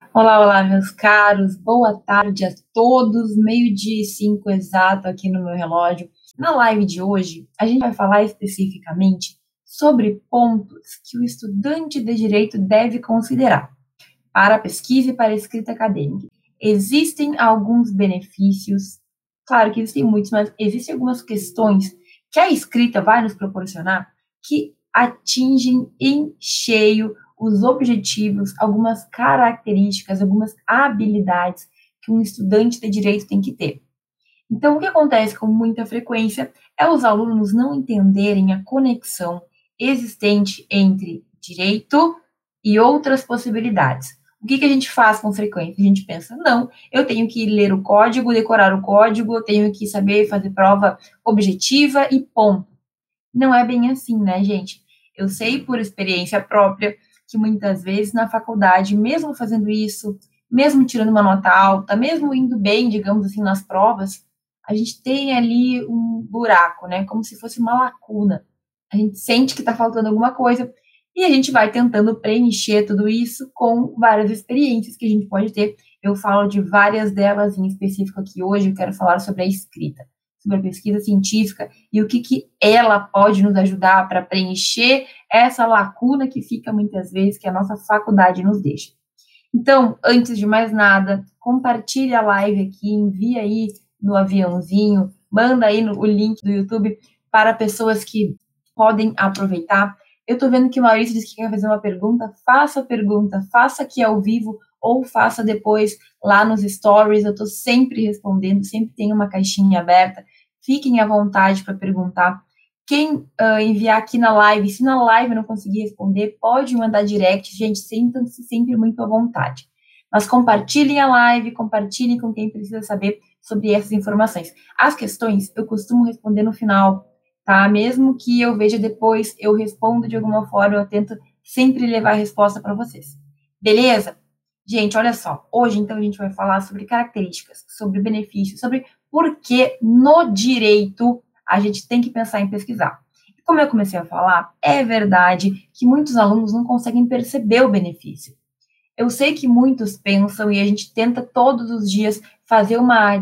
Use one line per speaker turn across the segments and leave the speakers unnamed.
Olá, olá, meus caros. Boa tarde a todos. Meio-dia e 5 exato aqui no meu relógio. Na live de hoje, a gente vai falar especificamente sobre pontos que o estudante de direito deve considerar para a pesquisa e para a escrita acadêmica. Existem alguns benefícios, claro que existem muitos, mas existem algumas questões que a escrita vai nos proporcionar que atingem em cheio os objetivos, algumas características, algumas habilidades que um estudante de direito tem que ter. Então, o que acontece com muita frequência é os alunos não entenderem a conexão existente entre direito e outras possibilidades. O que a gente faz com frequência? A gente pensa, não, eu tenho que ler o código, decorar o código, eu tenho que saber fazer prova objetiva e ponto. Não é bem assim, né, gente? Eu sei por experiência própria que muitas vezes na faculdade, mesmo fazendo isso, mesmo tirando uma nota alta, mesmo indo bem, digamos assim, nas provas, a gente tem ali um buraco, né? Como se fosse uma lacuna. A gente sente que está faltando alguma coisa e a gente vai tentando preencher tudo isso com várias experiências que a gente pode ter. Eu falo de várias delas em específico aqui hoje. Eu quero falar sobre a escrita, sobre a pesquisa científica e o que ela pode nos ajudar para preencher essa lacuna que fica muitas vezes que a nossa faculdade nos deixa. Então, antes de mais nada, compartilhe a live aqui, envia aí no aviãozinho, manda aí o link do YouTube para pessoas que podem aproveitar. Eu estou vendo que o Maurício disse que quer fazer uma pergunta, faça a pergunta, faça aqui ao vivo ou faça depois lá nos stories, eu estou sempre respondendo, sempre tem uma caixinha aberta, fiquem à vontade para perguntar. Quem enviar aqui na live, se na live não conseguir responder, pode mandar direct, gente, sintam-se sempre muito à vontade. Mas compartilhem a live, compartilhem com quem precisa saber sobre essas informações. As questões eu costumo responder no final, tá? Mesmo que eu veja depois, eu respondo de alguma forma, eu tento sempre levar a resposta para vocês. Beleza? Gente, olha só, hoje então a gente vai falar sobre características, sobre benefícios, sobre por que no direito a gente tem que pensar em pesquisar. E como eu comecei a falar, é verdade que muitos alunos não conseguem perceber o benefício. Eu sei que muitos pensam e a gente tenta todos os dias fazer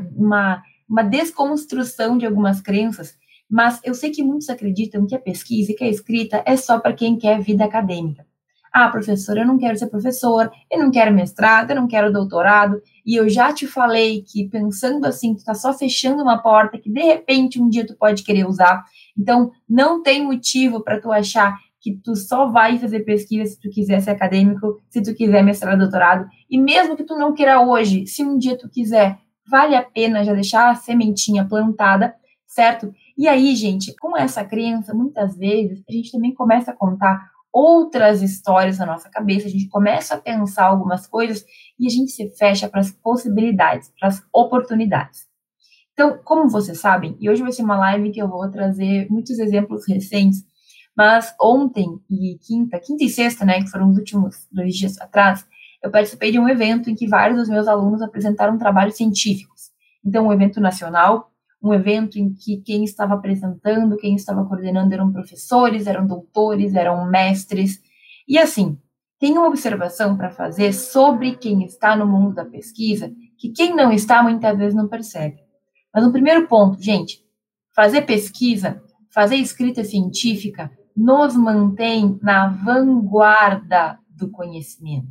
uma desconstrução de algumas crenças, mas eu sei que muitos acreditam que a pesquisa e que a escrita é só para quem quer vida acadêmica. Ah, professor, eu não quero ser professor, eu não quero mestrado, eu não quero doutorado, e eu já te falei que pensando assim, tu tá só fechando uma porta que de repente um dia tu pode querer usar. Então, não tem motivo para tu achar que tu só vai fazer pesquisa se tu quiser ser acadêmico, se tu quiser mestrado, doutorado, e mesmo que tu não queira hoje, se um dia tu quiser, vale a pena já deixar a sementinha plantada, certo? E aí, gente, com essa crença, muitas vezes, a gente também começa a contar outras histórias na nossa cabeça, a gente começa a pensar algumas coisas e a gente se fecha para as possibilidades, para as oportunidades. Então, como vocês sabem, e hoje vai ser uma live que eu vou trazer muitos exemplos recentes, mas ontem e quinta e sexta, né, que foram os últimos 2 dias atrás, eu participei de um evento em que vários dos meus alunos apresentaram trabalhos científicos. Então, um evento nacional, um evento em que quem estava apresentando, quem estava coordenando eram professores, eram doutores, eram mestres. E assim, tem uma observação para fazer sobre quem está no mundo da pesquisa, que quem não está muitas vezes não percebe. Mas o primeiro ponto, gente, fazer pesquisa, fazer escrita científica, nos mantém na vanguarda do conhecimento.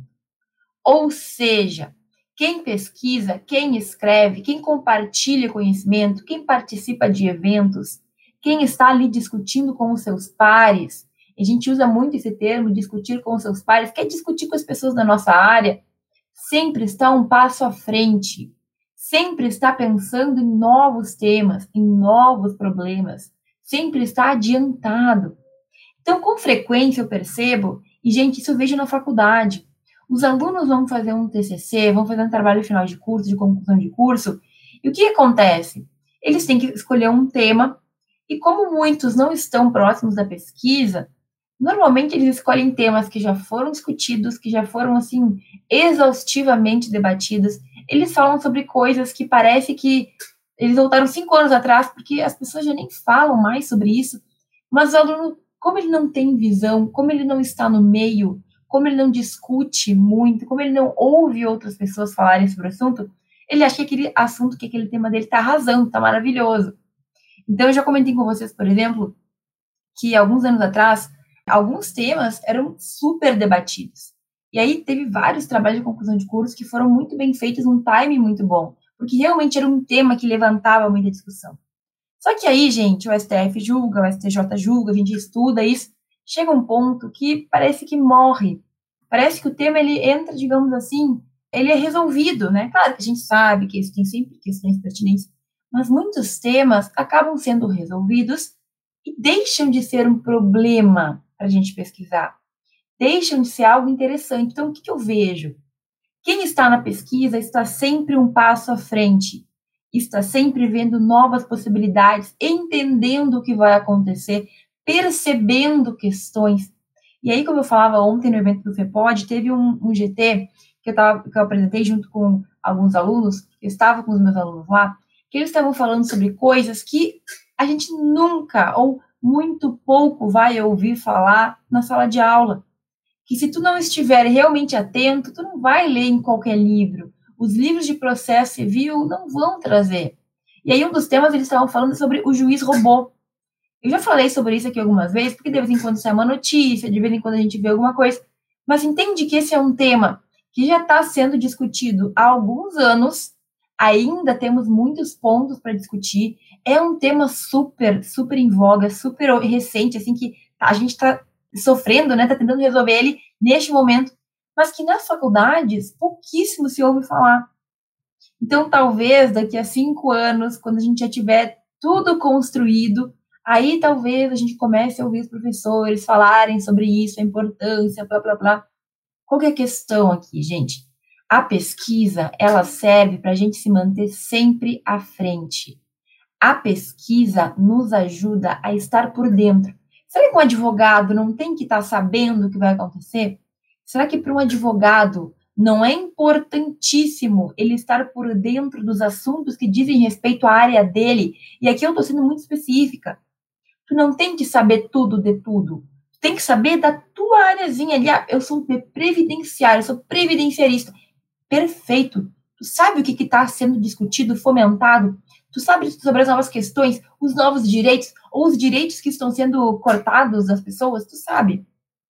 Ou seja, quem pesquisa, quem escreve, quem compartilha conhecimento, quem participa de eventos, quem está ali discutindo com os seus pares, a gente usa muito esse termo, discutir com os seus pares, quer discutir com as pessoas da nossa área, sempre está um passo à frente, sempre está pensando em novos temas, em novos problemas, sempre está adiantado. Então, com frequência eu percebo, e gente, isso eu vejo na faculdade, os alunos vão fazer um TCC, vão fazer um trabalho final de curso, de conclusão de curso, e o que acontece? Eles têm que escolher um tema, e como muitos não estão próximos da pesquisa, normalmente eles escolhem temas que já foram discutidos, que já foram, assim, exaustivamente debatidos, eles falam sobre coisas que parece que eles voltaram 5 anos atrás, porque as pessoas já nem falam mais sobre isso, mas o aluno, como ele não tem visão, como ele não está no meio, como ele não discute muito, como ele não ouve outras pessoas falarem sobre o assunto, ele acha que aquele assunto, que aquele tema dele tá arrasando, tá maravilhoso. Então, eu já comentei com vocês, por exemplo, que alguns anos atrás, alguns temas eram super debatidos. E aí teve vários trabalhos de conclusão de curso que foram muito bem feitos, num time muito bom, porque realmente era um tema que levantava muita discussão. Só que aí, gente, o STF julga, o STJ julga, a gente estuda isso, chega um ponto que parece que morre. Parece que o tema, ele entra, digamos assim, ele é resolvido, né? Claro que a gente sabe que isso tem sempre questões pertinentes, mas muitos temas acabam sendo resolvidos e deixam de ser um problema para a gente pesquisar. Deixam de ser algo interessante. Então, o que eu vejo? Quem está na pesquisa está sempre um passo à frente, está sempre vendo novas possibilidades, entendendo o que vai acontecer, percebendo questões. E aí, como eu falava ontem no evento do FEPOD, teve um GT que eu apresentei junto com alguns alunos, eu estava com os meus alunos lá, que eles estavam falando sobre coisas que a gente nunca ou muito pouco vai ouvir falar na sala de aula. Que se tu não estiver realmente atento, tu não vai ler em qualquer livro. Os livros de processo civil não vão trazer. E aí um dos temas eles estavam falando sobre o juiz robô. Eu já falei sobre isso aqui algumas vezes, porque de vez em quando sai uma notícia, de vez em quando a gente vê alguma coisa, mas entende que esse é um tema que já está sendo discutido há alguns anos, ainda temos muitos pontos para discutir, é um tema super, super em voga, super recente, assim, que a gente está sofrendo, né, está tentando resolver ele neste momento, mas que nas faculdades pouquíssimo se ouve falar. Então, talvez daqui a 5 anos, quando a gente já tiver tudo construído, aí talvez a gente comece a ouvir os professores falarem sobre isso, a importância, blá, blá, blá. Qual que é a questão aqui, gente? A pesquisa, ela serve para a gente se manter sempre à frente. A pesquisa nos ajuda a estar por dentro. Será que um advogado não tem que estar sabendo o que vai acontecer? Será que para um advogado não é importantíssimo ele estar por dentro dos assuntos que dizem respeito à área dele? E aqui eu estou sendo muito específica. Tu não tem que saber tudo de tudo. Tu tem que saber da tua áreazinha ali. Ah, eu sou previdenciário, eu sou previdenciarista. Perfeito. Tu sabe o que está sendo discutido, fomentado? Tu sabe sobre as novas questões, os novos direitos, ou os direitos que estão sendo cortados das pessoas? Tu sabe?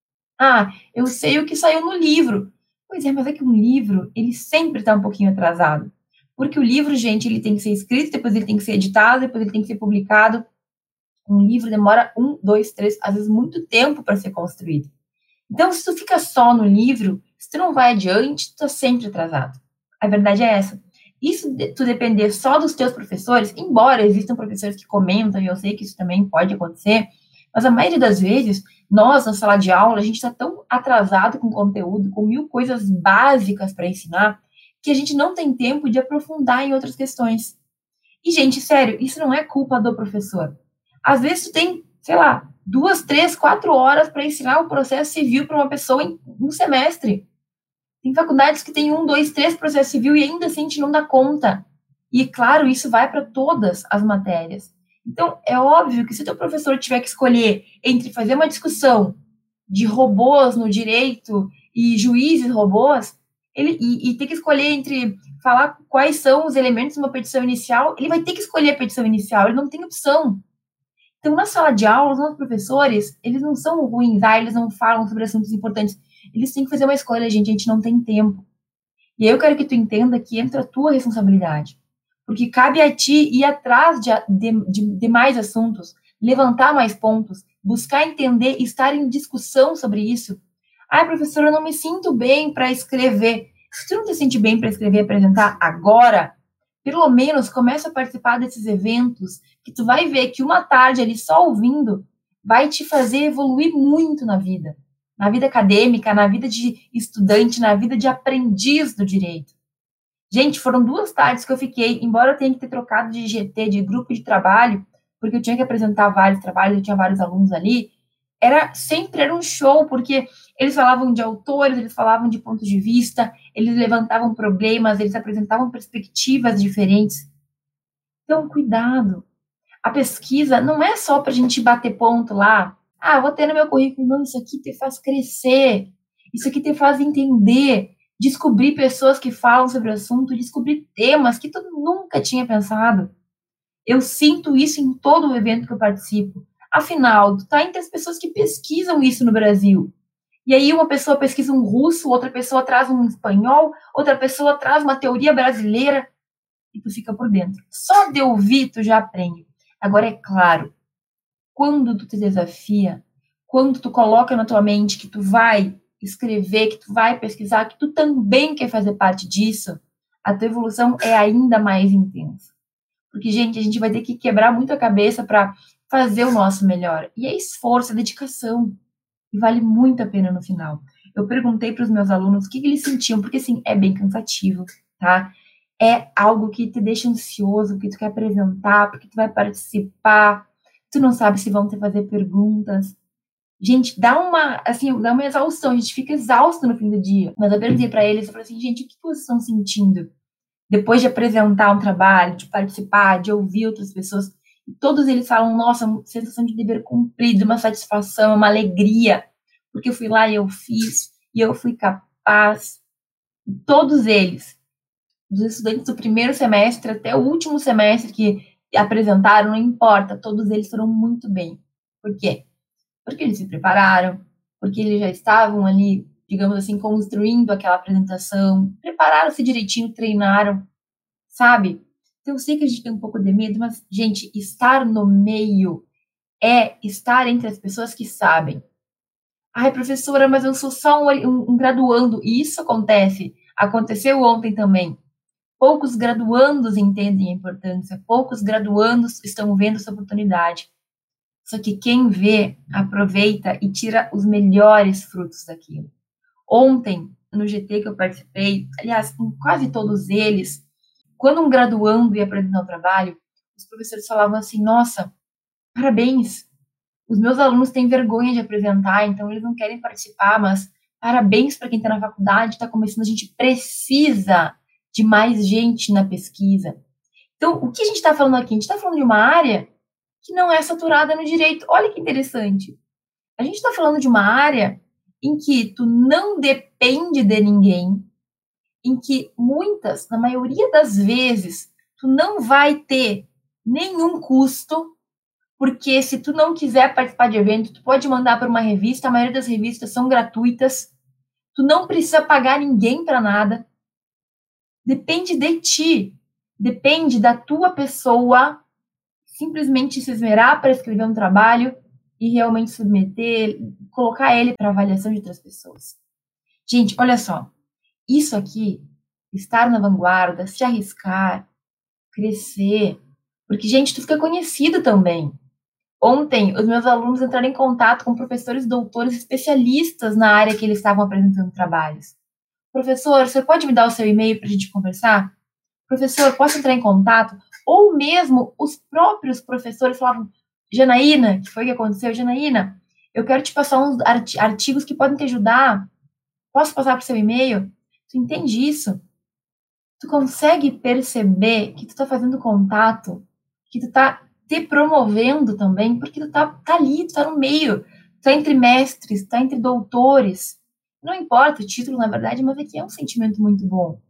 Ah, eu sei o que saiu no livro. Pois é, mas é que um livro, ele sempre está um pouquinho atrasado. Porque o livro, gente, ele tem que ser escrito, depois ele tem que ser editado, depois ele tem que ser publicado. Um livro demora 1, 2, 3, às vezes muito tempo para ser construído. Então, se tu fica só no livro, se tu não vai adiante, tu tá sempre atrasado. A verdade é essa. Isso de tu depender só dos teus professores, embora existam professores que comentam, e eu sei que isso também pode acontecer, mas a maioria das vezes, nós, na sala de aula, a gente está tão atrasado com conteúdo, com 1000 coisas básicas para ensinar, que a gente não tem tempo de aprofundar em outras questões. E, gente, sério, isso não é culpa do professor. Às vezes tu tem, sei lá, 2, 3, 4 horas para ensinar o processo civil para uma pessoa em um semestre. Tem faculdades que tem 1, 2, 3 processos civil e ainda assim a gente não dá conta. E, claro, isso vai para todas as matérias. Então, é óbvio que se o teu professor tiver que escolher entre fazer uma discussão de robôs no direito e juízes robôs, e ter que escolher entre falar quais são os elementos de uma petição inicial, ele vai ter que escolher a petição inicial, ele não tem opção. Então, na sala de aula, os nossos professores, eles não são ruins, eles não falam sobre assuntos importantes. Eles têm que fazer uma escolha, gente, a gente não tem tempo. E aí eu quero que tu entenda que entra a tua responsabilidade. Porque cabe a ti ir atrás de mais assuntos, levantar mais pontos, buscar entender, estar em discussão sobre isso. Ah, professora, eu não me sinto bem para escrever. Se tu não te sente bem para escrever e apresentar agora, pelo menos começa a participar desses eventos, que tu vai ver que uma tarde ali só ouvindo vai te fazer evoluir muito na vida acadêmica, na vida de estudante, na vida de aprendiz do direito. Gente, foram 2 tardes que eu fiquei, embora eu tenha que ter trocado de GT, de grupo de trabalho, porque eu tinha que apresentar vários trabalhos, eu tinha vários alunos ali, sempre era um show, porque eles falavam de autores, eles falavam de pontos de vista, eles levantavam problemas, eles apresentavam perspectivas diferentes. Então, cuidado. A pesquisa não é só para a gente bater ponto lá. Ah, vou ter no meu currículo. Não, isso aqui te faz crescer. Isso aqui te faz entender, descobrir pessoas que falam sobre o assunto, descobrir temas que tu nunca tinha pensado. Eu sinto isso em todo o evento que eu participo. Afinal, tu tá entre as pessoas que pesquisam isso no Brasil. E aí uma pessoa pesquisa um russo, outra pessoa traz um espanhol, outra pessoa traz uma teoria brasileira e tu fica por dentro. Só de ouvir tu já aprende. Agora é claro, quando tu te desafia, quando tu coloca na tua mente que tu vai escrever, que tu vai pesquisar, que tu também quer fazer parte disso, a tua evolução é ainda mais intensa. Porque, gente, a gente vai ter que quebrar muito a cabeça para fazer o nosso melhor. E é esforço, é dedicação. E vale muito a pena no final. Eu perguntei para os meus alunos o que eles sentiam, porque, assim, é bem cansativo, tá? É algo que te deixa ansioso, porque tu quer apresentar, porque tu vai participar, tu não sabe se vão te fazer perguntas. Gente, dá uma exaustão, a gente fica exausto no fim do dia. Mas eu perguntei para eles, eu falei assim, gente, o que vocês estão sentindo? Depois de apresentar um trabalho, de participar, de ouvir outras pessoas, e todos eles falam, nossa, uma sensação de dever cumprido, uma satisfação, uma alegria, porque eu fui lá e eu fiz, e eu fui capaz. E todos eles, dos estudantes do primeiro semestre até o último semestre que apresentaram, não importa, todos eles foram muito bem. Por quê? Porque eles se prepararam, porque eles já estavam ali, digamos assim, construindo aquela apresentação, prepararam-se direitinho, treinaram, sabe? Então, eu sei que a gente tem um pouco de medo, mas, gente, estar no meio é estar entre as pessoas que sabem. Ai, professora, mas eu sou só um graduando. E isso acontece. Aconteceu ontem também. Poucos graduandos entendem a importância, poucos graduandos estão vendo essa oportunidade. Só que quem vê, aproveita e tira os melhores frutos daquilo. Ontem, no GT que eu participei, aliás, em quase todos eles, quando um graduando ia apresentar o trabalho, os professores falavam assim, nossa, parabéns, os meus alunos têm vergonha de apresentar, então eles não querem participar, mas parabéns para quem está na faculdade, está começando, a gente precisa de mais gente na pesquisa. Então, o que a gente está falando aqui? A gente está falando de uma área que não é saturada no direito. Olha que interessante. A gente está falando de uma área em que tu não depende de ninguém, em que muitas, na maioria das vezes, tu não vai ter nenhum custo, porque se tu não quiser participar de evento, tu pode mandar para uma revista, a maioria das revistas são gratuitas, tu não precisa pagar ninguém para nada, depende de ti, depende da tua pessoa simplesmente se esmerar para escrever um trabalho e realmente submeter, colocar ele para avaliação de outras pessoas. Gente, olha só, isso aqui, estar na vanguarda, se arriscar, crescer, porque, gente, tu fica conhecido também. Ontem, os meus alunos entraram em contato com professores doutores especialistas na área que eles estavam apresentando trabalhos. Professor, você pode me dar o seu e-mail para a gente conversar? Professor, posso entrar em contato? Ou mesmo os próprios professores falavam, Janaína, que foi o que aconteceu, Janaína, eu quero te passar uns artigos que podem te ajudar. Posso passar para o seu e-mail? Tu entende isso? Tu consegue perceber que tu tá fazendo contato, que tu tá te promovendo também, porque tu tá ali, tu tá no meio, tu tá entre mestres, tu tá entre doutores. Não importa o título, na verdade, mas aqui é um sentimento muito bom.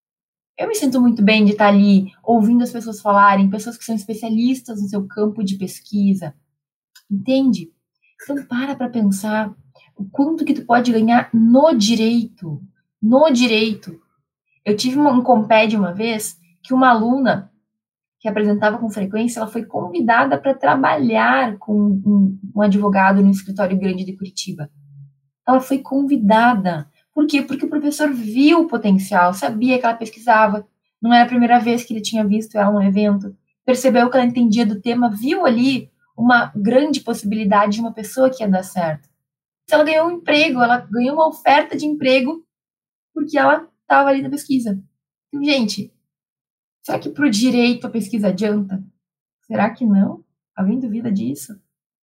Eu me sinto muito bem de estar ali, ouvindo as pessoas falarem, pessoas que são especialistas no seu campo de pesquisa. Entende? Então para pensar o quanto que tu pode ganhar no direito. No direito. Eu tive um compédio uma vez que uma aluna que apresentava com frequência, ela foi convidada para trabalhar com um advogado no escritório grande de Curitiba. Ela foi convidada. Por quê? Porque o professor viu o potencial, sabia que ela pesquisava, não era a primeira vez que ele tinha visto ela no evento, percebeu que ela entendia do tema, viu ali uma grande possibilidade de uma pessoa que ia dar certo. Ela ganhou um emprego, ela ganhou uma oferta de emprego porque ela estava ali na pesquisa. Então, gente, será que para o direito a pesquisa adianta? Será que não? Alguém duvida disso?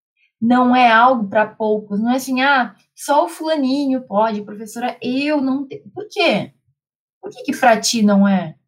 Não é algo para poucos, não é assim, só o fulaninho pode, professora, eu não tenho. Por quê? Por que para ti não é?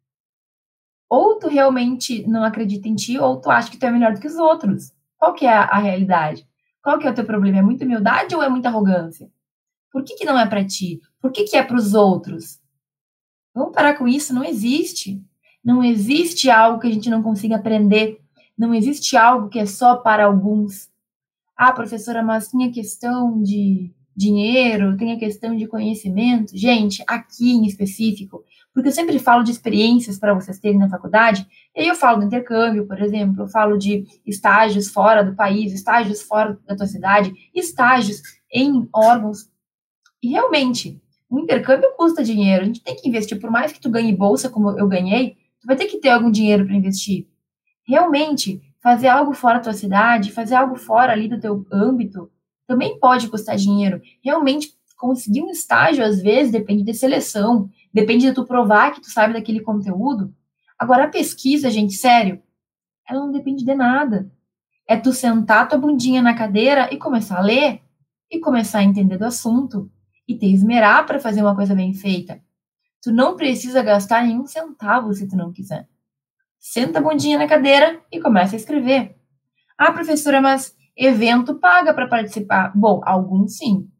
Ou tu realmente não acredita em ti, ou tu acha que tu é melhor do que os outros. Qual que é a realidade? Qual que é o teu problema? É muita humildade ou é muita arrogância? Por que não é para ti? Por que é para os outros? Vamos parar com isso, não existe. Não existe algo que a gente não consiga aprender. Não existe algo que é só para alguns. Ah, professora, mas tem a questão de dinheiro, tem a questão de conhecimento. Gente, aqui em específico, porque eu sempre falo de experiências para vocês terem na faculdade, e aí eu falo do intercâmbio, por exemplo, eu falo de estágios fora do país, estágios fora da tua cidade, estágios em órgãos. E realmente, o intercâmbio custa dinheiro, a gente tem que investir, por mais que tu ganhe bolsa como eu ganhei, tu vai ter que ter algum dinheiro para investir. Realmente, fazer algo fora da tua cidade, fazer algo fora ali do teu âmbito, também pode custar dinheiro. Realmente, conseguir um estágio, às vezes, depende de seleção, depende de tu provar que tu sabe daquele conteúdo. Agora, a pesquisa, gente, sério, ela não depende de nada. É tu sentar tua bundinha na cadeira e começar a ler, e começar a entender do assunto, e te esmerar para fazer uma coisa bem feita. Tu não precisa gastar nenhum centavo se tu não quiser. Senta a bundinha na cadeira e começa a escrever. Ah, professora, mas evento paga para participar. Bom, alguns sim.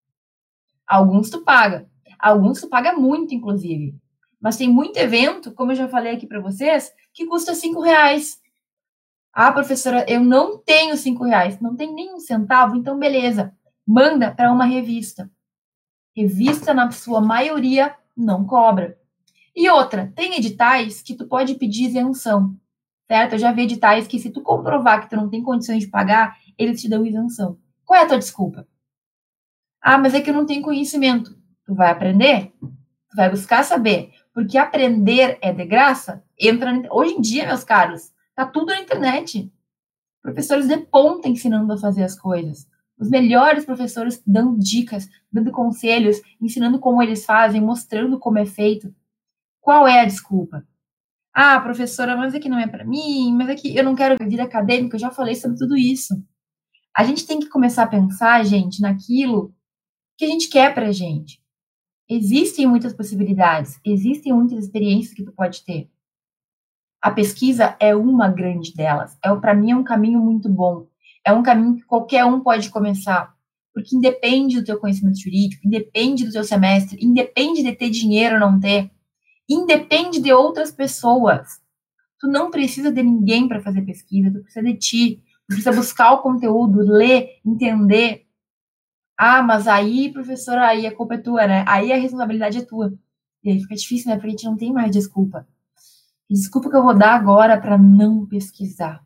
Alguns tu paga. Alguns tu paga muito, inclusive. Mas tem muito evento, como eu já falei aqui para vocês, que custa R$ 5. Ah, professora, eu não tenho R$ 5. Não tem nenhum centavo, então beleza. Manda para uma revista. Revista, na sua maioria, não cobra. E outra, tem editais que tu pode pedir isenção, certo? Eu já vi editais que se tu comprovar que tu não tem condições de pagar, eles te dão isenção. Qual é a tua desculpa? Ah, mas é que eu não tenho conhecimento. Tu vai aprender? Tu vai buscar saber. Porque aprender é de graça? Hoje em dia, meus caros, tá tudo na internet. Professores de ponta ensinando a fazer as coisas. Os melhores professores dando dicas, dando conselhos, ensinando como eles fazem, mostrando como é feito. Qual é a desculpa? Ah, professora, mas é que não é para mim, mas é que eu não quero vida acadêmica, eu já falei sobre tudo isso. A gente tem que começar a pensar, gente, naquilo que a gente quer pra gente. Existem muitas possibilidades, existem muitas experiências que tu pode ter. A pesquisa é uma grande delas. Para mim é um caminho muito bom. É um caminho que qualquer um pode começar, porque independe do teu conhecimento jurídico, independe do teu semestre, independe de ter dinheiro ou não ter, independe de outras pessoas. Tu não precisa de ninguém para fazer pesquisa, tu precisa de ti, tu precisa buscar o conteúdo, ler, entender. Ah, mas aí, professora, aí a culpa é tua, né? Aí a responsabilidade é tua. E aí fica difícil, né? Porque a gente não tem mais desculpa. E desculpa que eu vou dar agora para não pesquisar.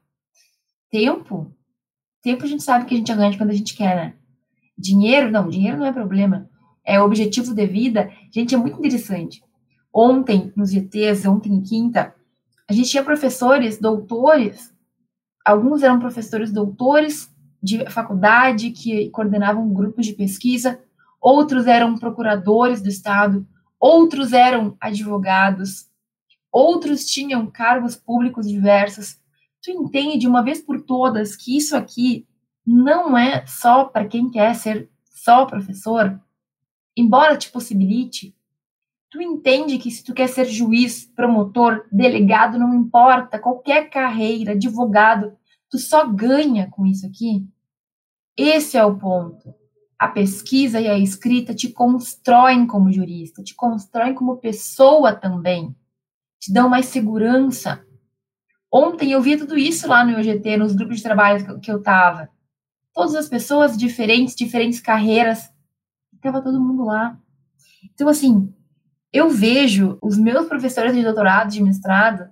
Tempo? Tempo a gente sabe que a gente ganha quando a gente quer, né? Dinheiro? Não, dinheiro não é problema. É objetivo de vida. Gente, é muito interessante. Ontem, nos GTs, ontem em quinta, a gente tinha professores, doutores, alguns eram professores doutores de faculdade que coordenavam grupos de pesquisa, outros eram procuradores do Estado, outros eram advogados, outros tinham cargos públicos diversos. Tu entende de uma vez por todas que isso aqui não é só para quem quer ser só professor? Embora te possibilite, tu entende que se tu quer ser juiz, promotor, delegado, não importa, qualquer carreira, advogado, tu só ganha com isso aqui? Esse é o ponto. A pesquisa e a escrita te constroem como jurista, te constroem como pessoa também, te dão mais segurança. Ontem eu vi tudo isso lá no UGT, nos grupos de trabalho que eu estava. Todas as pessoas diferentes carreiras, estava todo mundo lá. Então, assim, eu vejo os meus professores de doutorado, de mestrado,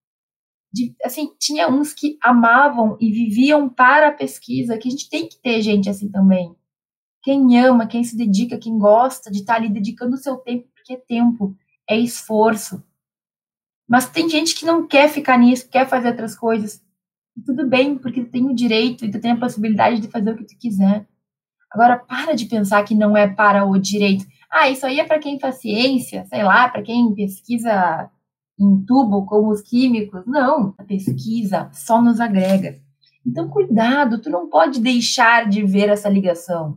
assim, tinha uns que amavam e viviam para a pesquisa, que a gente tem que ter gente assim também. Quem ama, quem se dedica, quem gosta de estar ali dedicando o seu tempo, porque tempo é esforço. Mas tem gente que não quer ficar nisso, quer fazer outras coisas. E tudo bem, porque tu tem o direito e tu tem a possibilidade de fazer o que tu quiser. Agora, para de pensar que não é para o direito. Ah, isso aí é para quem faz ciência, sei lá, para quem pesquisa em tubo, como os químicos. Não, a pesquisa só nos agrega. Então, cuidado, tu não pode deixar de ver essa ligação.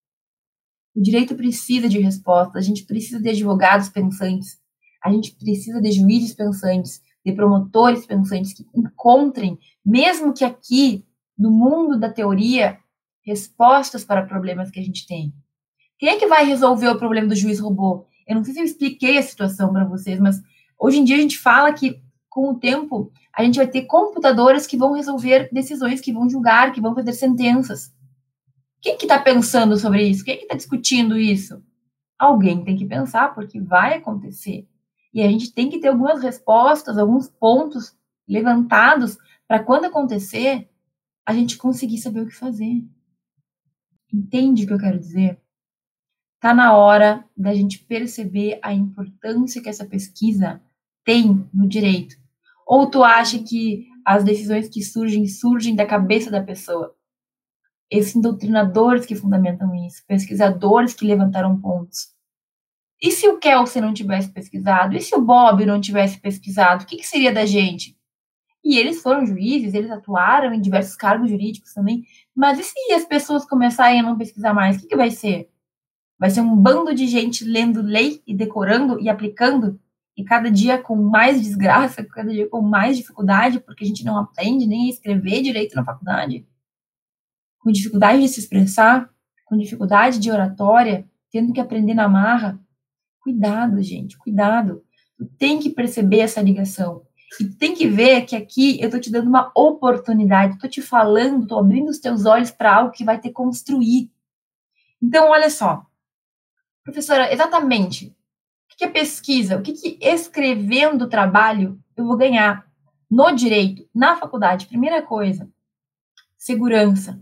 O direito precisa de respostas, a gente precisa de advogados pensantes, a gente precisa de juízes pensantes, de promotores pensantes que encontrem, mesmo que aqui, no mundo da teoria, respostas para problemas que a gente tem. Quem é que vai resolver o problema do juiz robô? Eu não sei se eu expliquei a situação para vocês, mas hoje em dia a gente fala que, com o tempo, a gente vai ter computadores que vão resolver decisões, que vão julgar, que vão fazer sentenças. Quem que está pensando sobre isso? Quem que está discutindo isso? Alguém tem que pensar, porque vai acontecer. E a gente tem que ter algumas respostas, alguns pontos levantados para quando acontecer, a gente conseguir saber o que fazer. Entende o que eu quero dizer? Tá na hora da gente perceber a importância que essa pesquisa tem no direito. Ou tu acha que as decisões que surgem da cabeça da pessoa? Esses doutrinadores que fundamentam isso, pesquisadores que levantaram pontos. E se o Kelsey não tivesse pesquisado? E se o Bob não tivesse pesquisado? O que seria da gente? E eles foram juízes, eles atuaram em diversos cargos jurídicos também. Mas e se as pessoas começarem a não pesquisar mais? O que vai ser? Vai ser um bando de gente lendo lei e decorando e aplicando, e cada dia com mais desgraça, cada dia com mais dificuldade, porque a gente não aprende nem a escrever direito na faculdade, com dificuldade de se expressar, com dificuldade de oratória, tendo que aprender na marra. Cuidado, gente, cuidado. Tu tem que perceber essa ligação. E tu tem que ver que aqui eu tô te dando uma oportunidade, tô te falando, tô abrindo os teus olhos para algo que vai te construir. Então, olha só. Professora, exatamente. O que é pesquisa? O que escrevendo o trabalho eu vou ganhar no direito, na faculdade? Primeira coisa, segurança.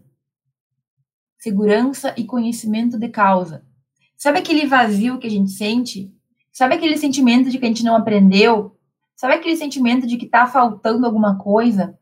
Segurança e conhecimento de causa. Sabe aquele vazio que a gente sente? Sabe aquele sentimento de que a gente não aprendeu? Sabe aquele sentimento de que tá faltando alguma coisa?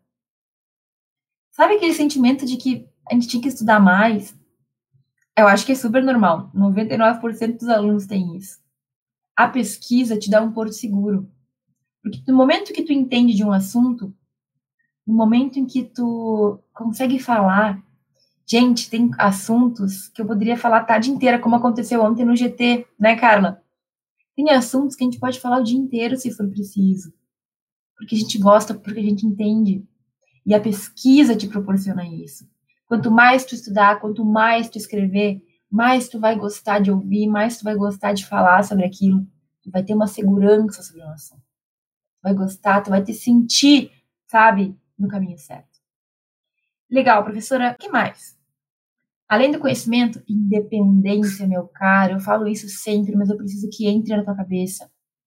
Sabe aquele sentimento de que a gente tinha que estudar mais? Eu acho que é super normal. 99% dos alunos têm isso. A pesquisa te dá um porto seguro. Porque no momento que tu entende de um assunto, no momento em que tu consegue falar, gente, tem assuntos que eu poderia falar a tarde inteira, como aconteceu ontem no GT, né, Carla? Tem assuntos que a gente pode falar o dia inteiro se for preciso. Porque a gente gosta, porque a gente entende. E a pesquisa te proporciona isso. Quanto mais tu estudar, quanto mais tu escrever, mais tu vai gostar de ouvir, mais tu vai gostar de falar sobre aquilo. Tu vai ter uma segurança sobre o assunto. Tu vai gostar, tu vai te sentir, sabe, no caminho certo. Legal, professora, o que mais? Além do conhecimento, independência, meu caro. Eu falo isso sempre, mas eu preciso que entre na tua cabeça.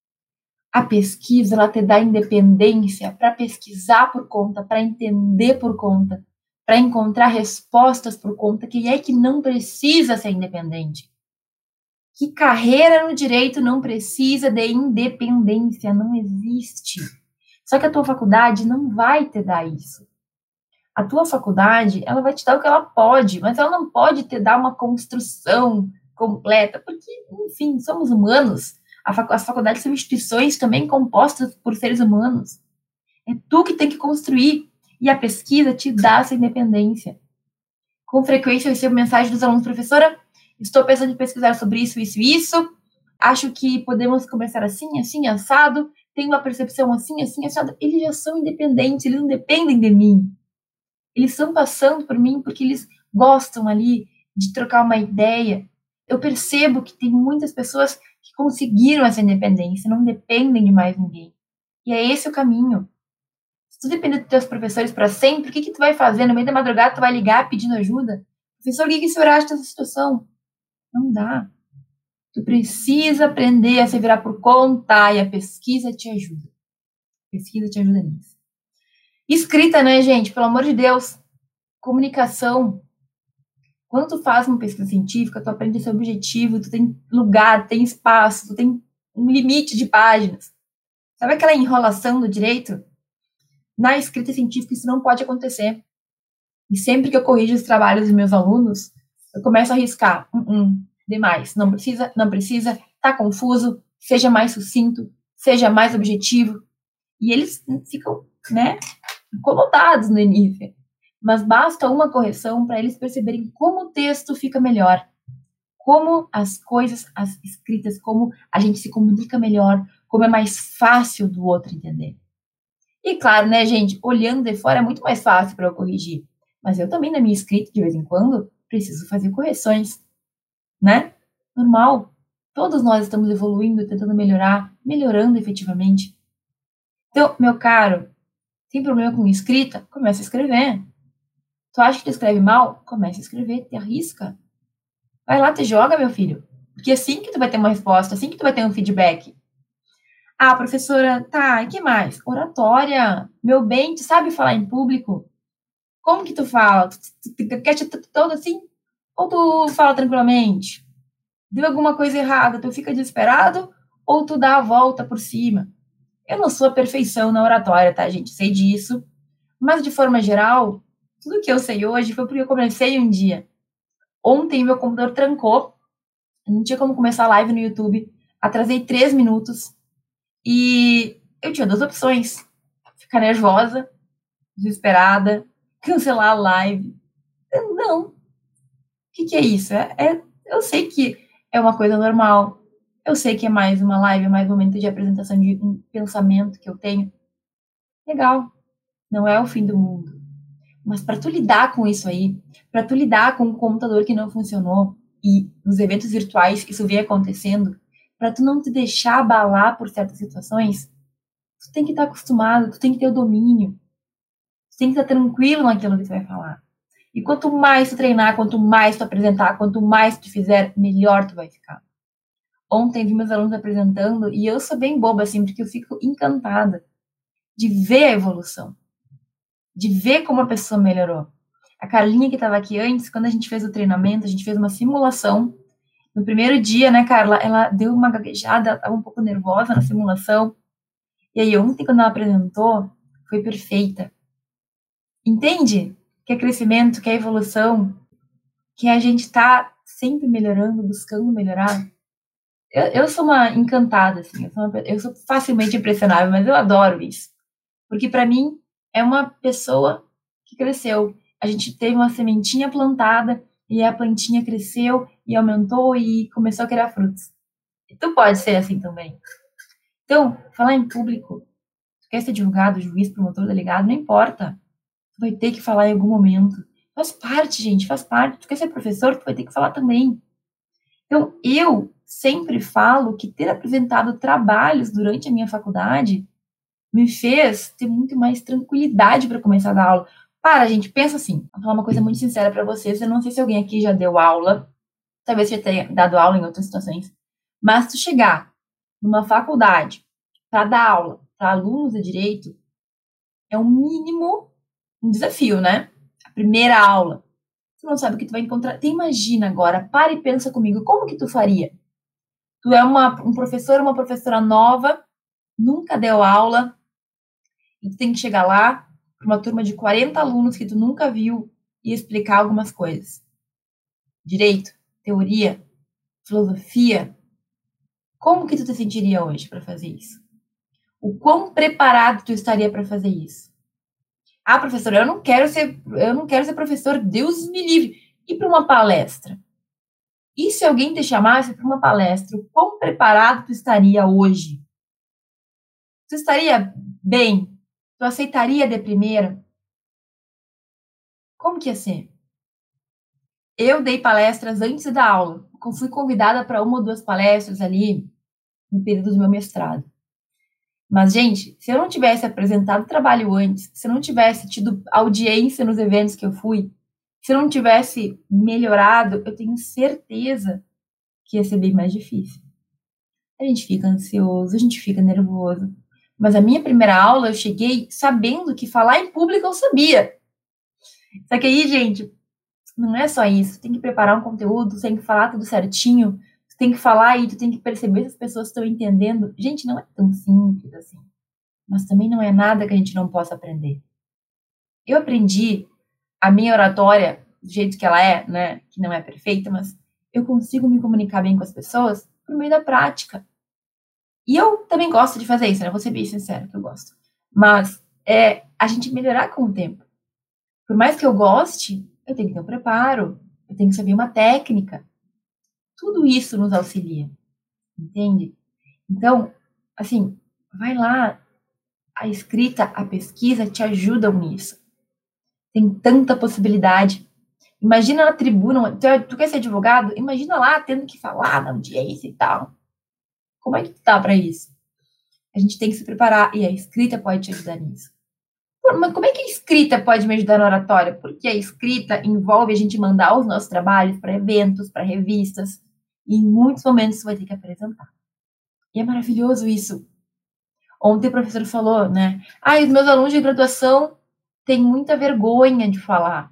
A pesquisa, ela te dá independência para pesquisar por conta, para entender por conta, para encontrar respostas por conta. Quem é que não precisa ser independente? Que carreira no direito não precisa de independência? Não existe. Só que a tua faculdade não vai te dar isso. A tua faculdade, ela vai te dar o que ela pode, mas ela não pode te dar uma construção completa, porque, enfim, somos humanos. As faculdades são instituições também compostas por seres humanos. É tu que tem que construir. E a pesquisa te dá essa independência. Com frequência eu recebo mensagem dos alunos: professora, estou pensando em pesquisar sobre isso, isso e isso. Acho que podemos começar assim, assim, assado. Tenho uma percepção assim, assim, assado. Eles já são independentes, eles não dependem de mim. Eles estão passando por mim porque eles gostam ali de trocar uma ideia. Eu percebo que tem muitas pessoas que conseguiram essa independência, não dependem de mais ninguém. E é esse o caminho. Se tu depender dos teus professores para sempre, o que tu vai fazer? No meio da madrugada tu vai ligar pedindo ajuda? Professor, o que o senhor acha dessa situação? Não dá. Tu precisa aprender a se virar por conta e a pesquisa te ajuda. A pesquisa te ajuda nisso. Escrita, né, gente? Pelo amor de Deus. Comunicação. Quando tu faz uma pesquisa científica, tu aprende esse objetivo, tu tem lugar, tu tem espaço, tu tem um limite de páginas. Sabe aquela enrolação do direito? Na escrita científica isso não pode acontecer. E sempre que eu corrijo os trabalhos dos meus alunos, eu começo a riscar. Demais. Não precisa, tá confuso, seja mais sucinto, seja mais objetivo. E eles ficam, né, incomodados no início. Mas basta uma correção para eles perceberem como o texto fica melhor, como as coisas, as escritas, como a gente se comunica melhor, como é mais fácil do outro entender. E claro, né, gente, olhando de fora é muito mais fácil para eu corrigir, mas eu também na minha escrita, de vez em quando, preciso fazer correções, né? Normal. Todos nós estamos evoluindo, tentando melhorar, melhorando efetivamente. Então, meu caro, tem problema com escrita? Começa a escrever. Tu acha que tu escreve mal? Começa a escrever, te arrisca. Vai lá, te joga, meu filho. Porque assim que tu vai ter uma resposta, assim que tu vai ter um feedback. Ah, professora, tá, e que mais? Oratória. Meu bem, tu sabe falar em público? Como que tu fala? Tu quer te todo assim? Ou tu fala tranquilamente? Deu alguma coisa errada, tu fica desesperado? Ou tu dá a volta por cima? Eu não sou a perfeição na oratória, tá, gente? Sei disso. Mas, de forma geral, tudo que eu sei hoje foi porque eu comecei um dia. Ontem, meu computador trancou. Não tinha como começar a live no YouTube. Atrasei 3 minutos. E eu tinha duas opções. Ficar nervosa, desesperada, cancelar a live. Não. O que é isso? Eu sei que é uma coisa normal. Eu sei que é mais uma live, mais um momento de apresentação de um pensamento que eu tenho. Legal. Não é o fim do mundo. Mas para tu lidar com isso aí, para tu lidar com o computador que não funcionou e nos eventos virtuais que isso vem acontecendo, para tu não te deixar abalar por certas situações, tu tem que estar acostumado, tu tem que ter o domínio, tu tem que estar tranquilo naquilo que tu vai falar. E quanto mais tu treinar, quanto mais tu apresentar, quanto mais tu fizer, melhor tu vai ficar. Ontem vi meus alunos apresentando e eu sou bem boba assim, porque eu fico encantada de ver a evolução, de ver como a pessoa melhorou. A Carlinha que estava aqui antes, quando a gente fez o treinamento, a gente fez uma simulação. No primeiro dia, né, Carla, ela deu uma gaguejada, ela estava um pouco nervosa na simulação. E aí ontem, quando ela apresentou, foi perfeita. Entende? Que é crescimento, que é evolução, que a gente está sempre melhorando, buscando melhorar. Eu sou uma encantada, assim, eu sou facilmente impressionável, mas eu adoro isso. Porque para mim é uma pessoa que cresceu. A gente teve uma sementinha plantada e a plantinha cresceu e aumentou e começou a criar frutos. E tu pode ser assim também. Então, falar em público, tu quer ser advogado, juiz, promotor, delegado, não importa. Tu vai ter que falar em algum momento. Faz parte, gente, faz parte. Tu quer ser professor, tu vai ter que falar também. Então, eu sempre falo que ter apresentado trabalhos durante a minha faculdade me fez ter muito mais tranquilidade para começar a dar aula. Para, gente, pensa assim. Vou falar uma coisa muito sincera para vocês. Eu não sei se alguém aqui já deu aula, talvez já tenha dado aula em outras situações, mas tu chegar numa faculdade para dar aula para alunos de direito é um mínimo um desafio, né? A primeira aula. Tu não sabe o que tu vai encontrar. Tu imagina agora, para e pensa comigo, como que tu faria? Tu é um professor, uma professora nova, nunca deu aula, e tu tem que chegar lá para uma turma de 40 alunos que tu nunca viu e explicar algumas coisas. Direito, teoria, filosofia. Como que tu te sentiria hoje para fazer isso? O quão preparado tu estaria para fazer isso? Ah, professora, eu não quero ser professor, Deus me livre. E para uma palestra? E se alguém te chamasse para uma palestra, o quão preparado tu estaria hoje? Tu estaria bem? Tu aceitaria de primeira? Como que ia ser? Eu dei palestras antes da aula. Fui convidada para uma ou duas palestras ali no período do meu mestrado. Mas, gente, se eu não tivesse apresentado trabalho antes, se eu não tivesse tido audiência nos eventos que eu fui, se eu não tivesse melhorado, eu tenho certeza que ia ser bem mais difícil. A gente fica ansioso, a gente fica nervoso. Mas a minha primeira aula, eu cheguei sabendo que falar em público eu sabia. Só que aí, gente, não é só isso. Tu tem que preparar um conteúdo, tu tem que falar tudo certinho, tu tem que falar e tu tem que perceber se as pessoas estão entendendo. Gente, não é tão simples assim. Mas também não é nada que a gente não possa aprender. Eu aprendi a minha oratória do jeito que ela é, né? Que não é perfeita, mas eu consigo me comunicar bem com as pessoas por meio da prática. E eu também gosto de fazer isso, né? Vou ser bem sincera que eu gosto. Mas é a gente melhorar com o tempo. Por mais que eu goste, eu tenho que ter um preparo, eu tenho que saber uma técnica. Tudo isso nos auxilia, entende? Então, assim, vai lá, a escrita, a pesquisa te ajudam nisso. Tem tanta possibilidade. Imagina na tribuna, tu quer ser advogado? Imagina lá tendo que falar na audiência e tal. Como é que tu tá para isso? A gente tem que se preparar e a escrita pode te ajudar nisso. Mas como é que a escrita pode me ajudar na oratória? Porque a escrita envolve a gente mandar os nossos trabalhos para eventos, para revistas, e em muitos momentos você vai ter que apresentar. E é maravilhoso isso. Ontem o professor falou, né? Os meus alunos de graduação têm muita vergonha de falar.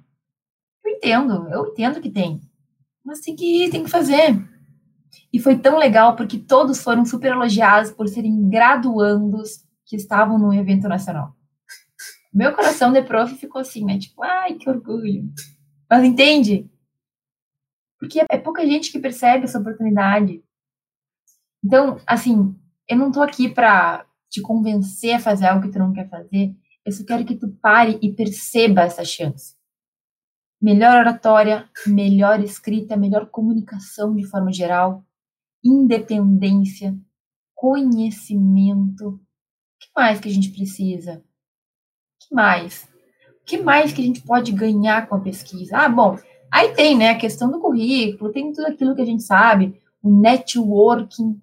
Eu entendo que tem. Mas tem que ir, tem que fazer. E foi tão legal porque todos foram super elogiados por serem graduandos que estavam num evento nacional. Meu coração de prof ficou assim, né? Tipo, ai, que orgulho. Mas entende? Porque é pouca gente que percebe essa oportunidade. Então, assim, eu não tô aqui pra te convencer a fazer algo que tu não quer fazer. Eu só quero que tu pare e perceba essa chance. Melhor oratória, melhor escrita, melhor comunicação de forma geral, independência, conhecimento. O que mais que a gente precisa? O que mais? O que mais que a gente pode ganhar com a pesquisa? Bom, aí tem, né, a questão do currículo, tem tudo aquilo que a gente sabe, o networking.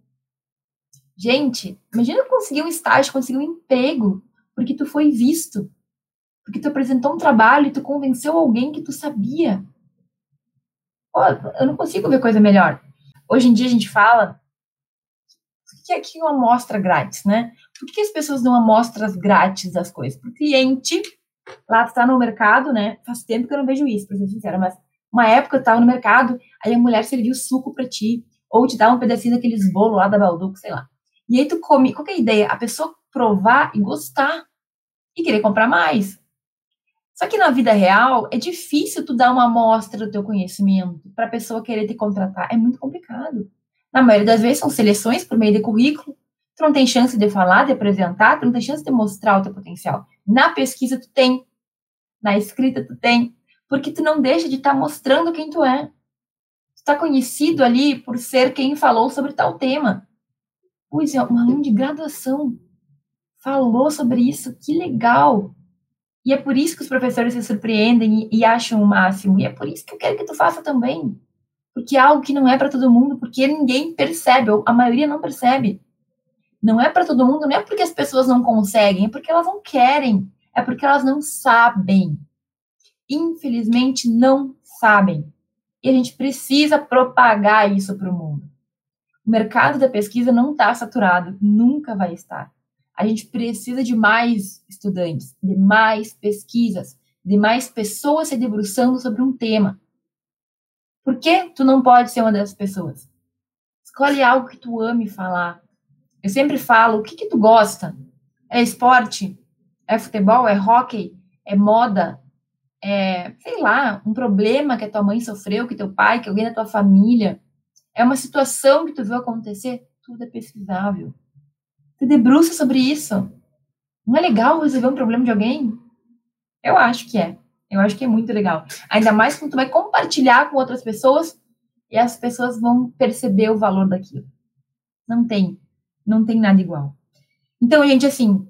Gente, imagina conseguir um estágio, conseguir um emprego, porque tu foi visto, porque tu apresentou um trabalho e tu convenceu alguém que tu sabia. Pô, eu não consigo ver coisa melhor. Hoje em dia a gente fala que aqui é uma amostra grátis, né? Por que as pessoas dão amostras grátis das coisas? Para o cliente, lá tu tá no mercado, né? Faz tempo que eu não vejo isso, pra ser sincera, mas uma época eu tava no mercado, aí a mulher serviu suco pra ti, ou te dá um pedacinho daqueles bolos lá da Balduco, sei lá. E aí tu come, qual que é a ideia? A pessoa provar e gostar, e querer comprar mais. Só que na vida real, é difícil tu dar uma amostra do teu conhecimento pra pessoa querer te contratar, é muito complicado. Na maioria das vezes são seleções por meio de currículo, tu não tem chance de falar, de apresentar, tu não tem chance de mostrar o teu potencial. Na pesquisa tu tem, na escrita tu tem, porque tu não deixa de estar mostrando quem tu é. Tu está conhecido ali por ser quem falou sobre tal tema. Pois é, um aluno de graduação falou sobre isso, que legal! E é por isso que os professores se surpreendem e acham o máximo. E é por isso que eu quero que tu faça também. Porque é algo que não é para todo mundo, porque ninguém percebe, ou a maioria não percebe. Não é para todo mundo, não é porque as pessoas não conseguem, é porque elas não querem, é porque elas não sabem. Infelizmente, não sabem. E a gente precisa propagar isso para o mundo. O mercado da pesquisa não está saturado, nunca vai estar. A gente precisa de mais estudantes, de mais pesquisas, de mais pessoas se debruçando sobre um tema. Por que tu não pode ser uma dessas pessoas? Escolhe algo que tu ame falar. Eu sempre falo, o que tu gosta? É esporte? É futebol? É hóquei? É moda? Sei lá, um problema que a tua mãe sofreu, que teu pai, que alguém da tua família, é uma situação que tu viu acontecer, tudo é pesquisável. Tu debruça sobre isso. Não é legal resolver um problema de alguém? Eu acho que é. Eu acho que é muito legal. Ainda mais quando tu vai compartilhar com outras pessoas e as pessoas vão perceber o valor daquilo. Não tem. Não tem nada igual. Então, gente, assim,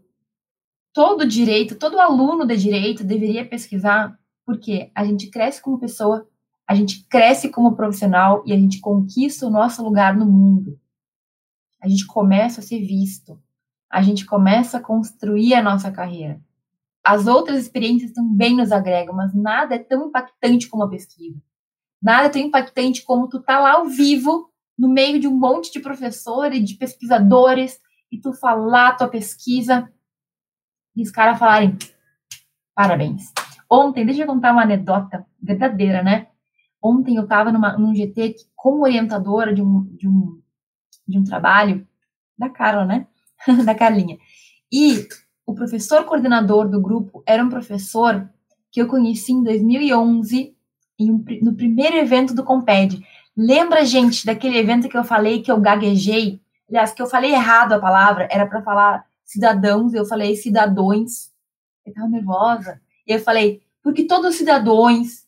todo aluno de direito deveria pesquisar, porque a gente cresce como pessoa, a gente cresce como profissional e a gente conquista o nosso lugar no mundo. A gente começa a ser visto, a gente começa a construir a nossa carreira. As outras experiências também nos agregam, mas nada é tão impactante como a pesquisa. Nada é tão impactante como tu tá lá ao vivo, no meio de um monte de professores e de pesquisadores, e tu falar a tua pesquisa e os caras falarem parabéns. Ontem, deixa eu contar uma anedota verdadeira, né? Ontem eu estava num GT como orientadora de um trabalho da Carla, né? Da Carlinha. E o professor coordenador do grupo era um professor que eu conheci em 2011, no primeiro evento do Comped. Lembra, gente, daquele evento que eu falei que eu gaguejei? Aliás, que eu falei errado a palavra, era para falar cidadãos, eu falei cidadões. Eu tava nervosa. E eu falei, porque todos os cidadãos,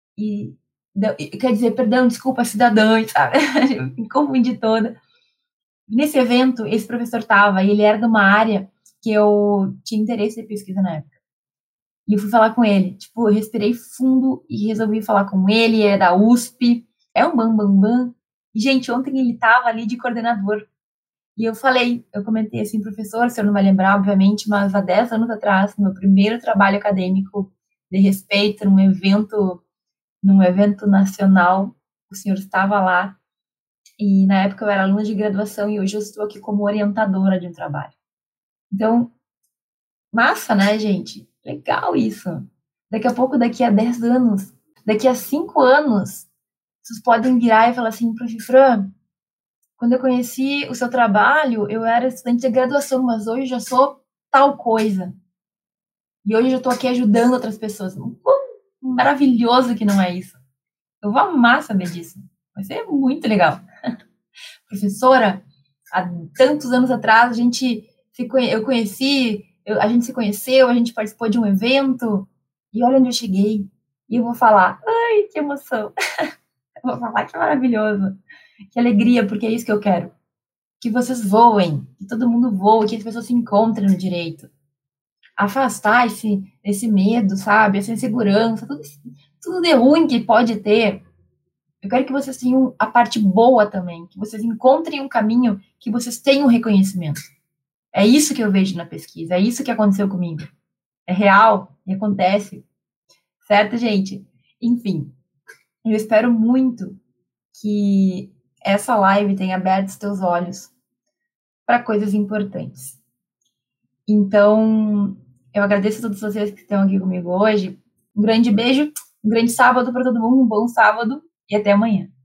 quer dizer, perdão, desculpa, cidadãos, sabe? Eu me confundi toda. Nesse evento, esse professor tava, e ele era de uma área que eu tinha interesse de pesquisa na época. E eu fui falar com ele. Tipo, eu respirei fundo e resolvi falar com ele. É da USP. É um bam. E, gente, ontem ele tava ali de coordenador. E eu comentei assim, professor, o senhor não vai lembrar, obviamente, mas há 10 anos atrás, no meu primeiro trabalho acadêmico de respeito, num evento nacional, o senhor estava lá. E na época eu era aluna de graduação e hoje eu estou aqui como orientadora de um trabalho. Então, massa, né, gente? Legal isso. Daqui a pouco, daqui a 10 anos, daqui a 5 anos, vocês podem virar e falar assim, prof. Fran, quando eu conheci o seu trabalho, eu era estudante de graduação, mas hoje eu já sou tal coisa. E hoje eu já estou aqui ajudando outras pessoas. Maravilhoso que não é isso. Eu vou amar saber disso. Vai ser muito legal. Professora, há tantos anos atrás, a gente se conheceu, a gente participou de um evento, e olha onde eu cheguei. E eu vou falar, ai, que emoção. Eu vou falar que maravilhoso. Que alegria, porque é isso que eu quero. Que vocês voem, que todo mundo voe, que as pessoas se encontrem no direito. Afastar esse medo, sabe? Essa insegurança, tudo de ruim que pode ter. Eu quero que vocês tenham a parte boa também, que vocês encontrem um caminho, que vocês tenham reconhecimento. É isso que eu vejo na pesquisa, é isso que aconteceu comigo. É real e acontece. Certo, gente? Enfim, eu espero muito que essa live tenha aberto os teus olhos para coisas importantes. Então, eu agradeço a todos vocês que estão aqui comigo hoje. Um grande beijo, um grande sábado para todo mundo, um bom sábado e até amanhã.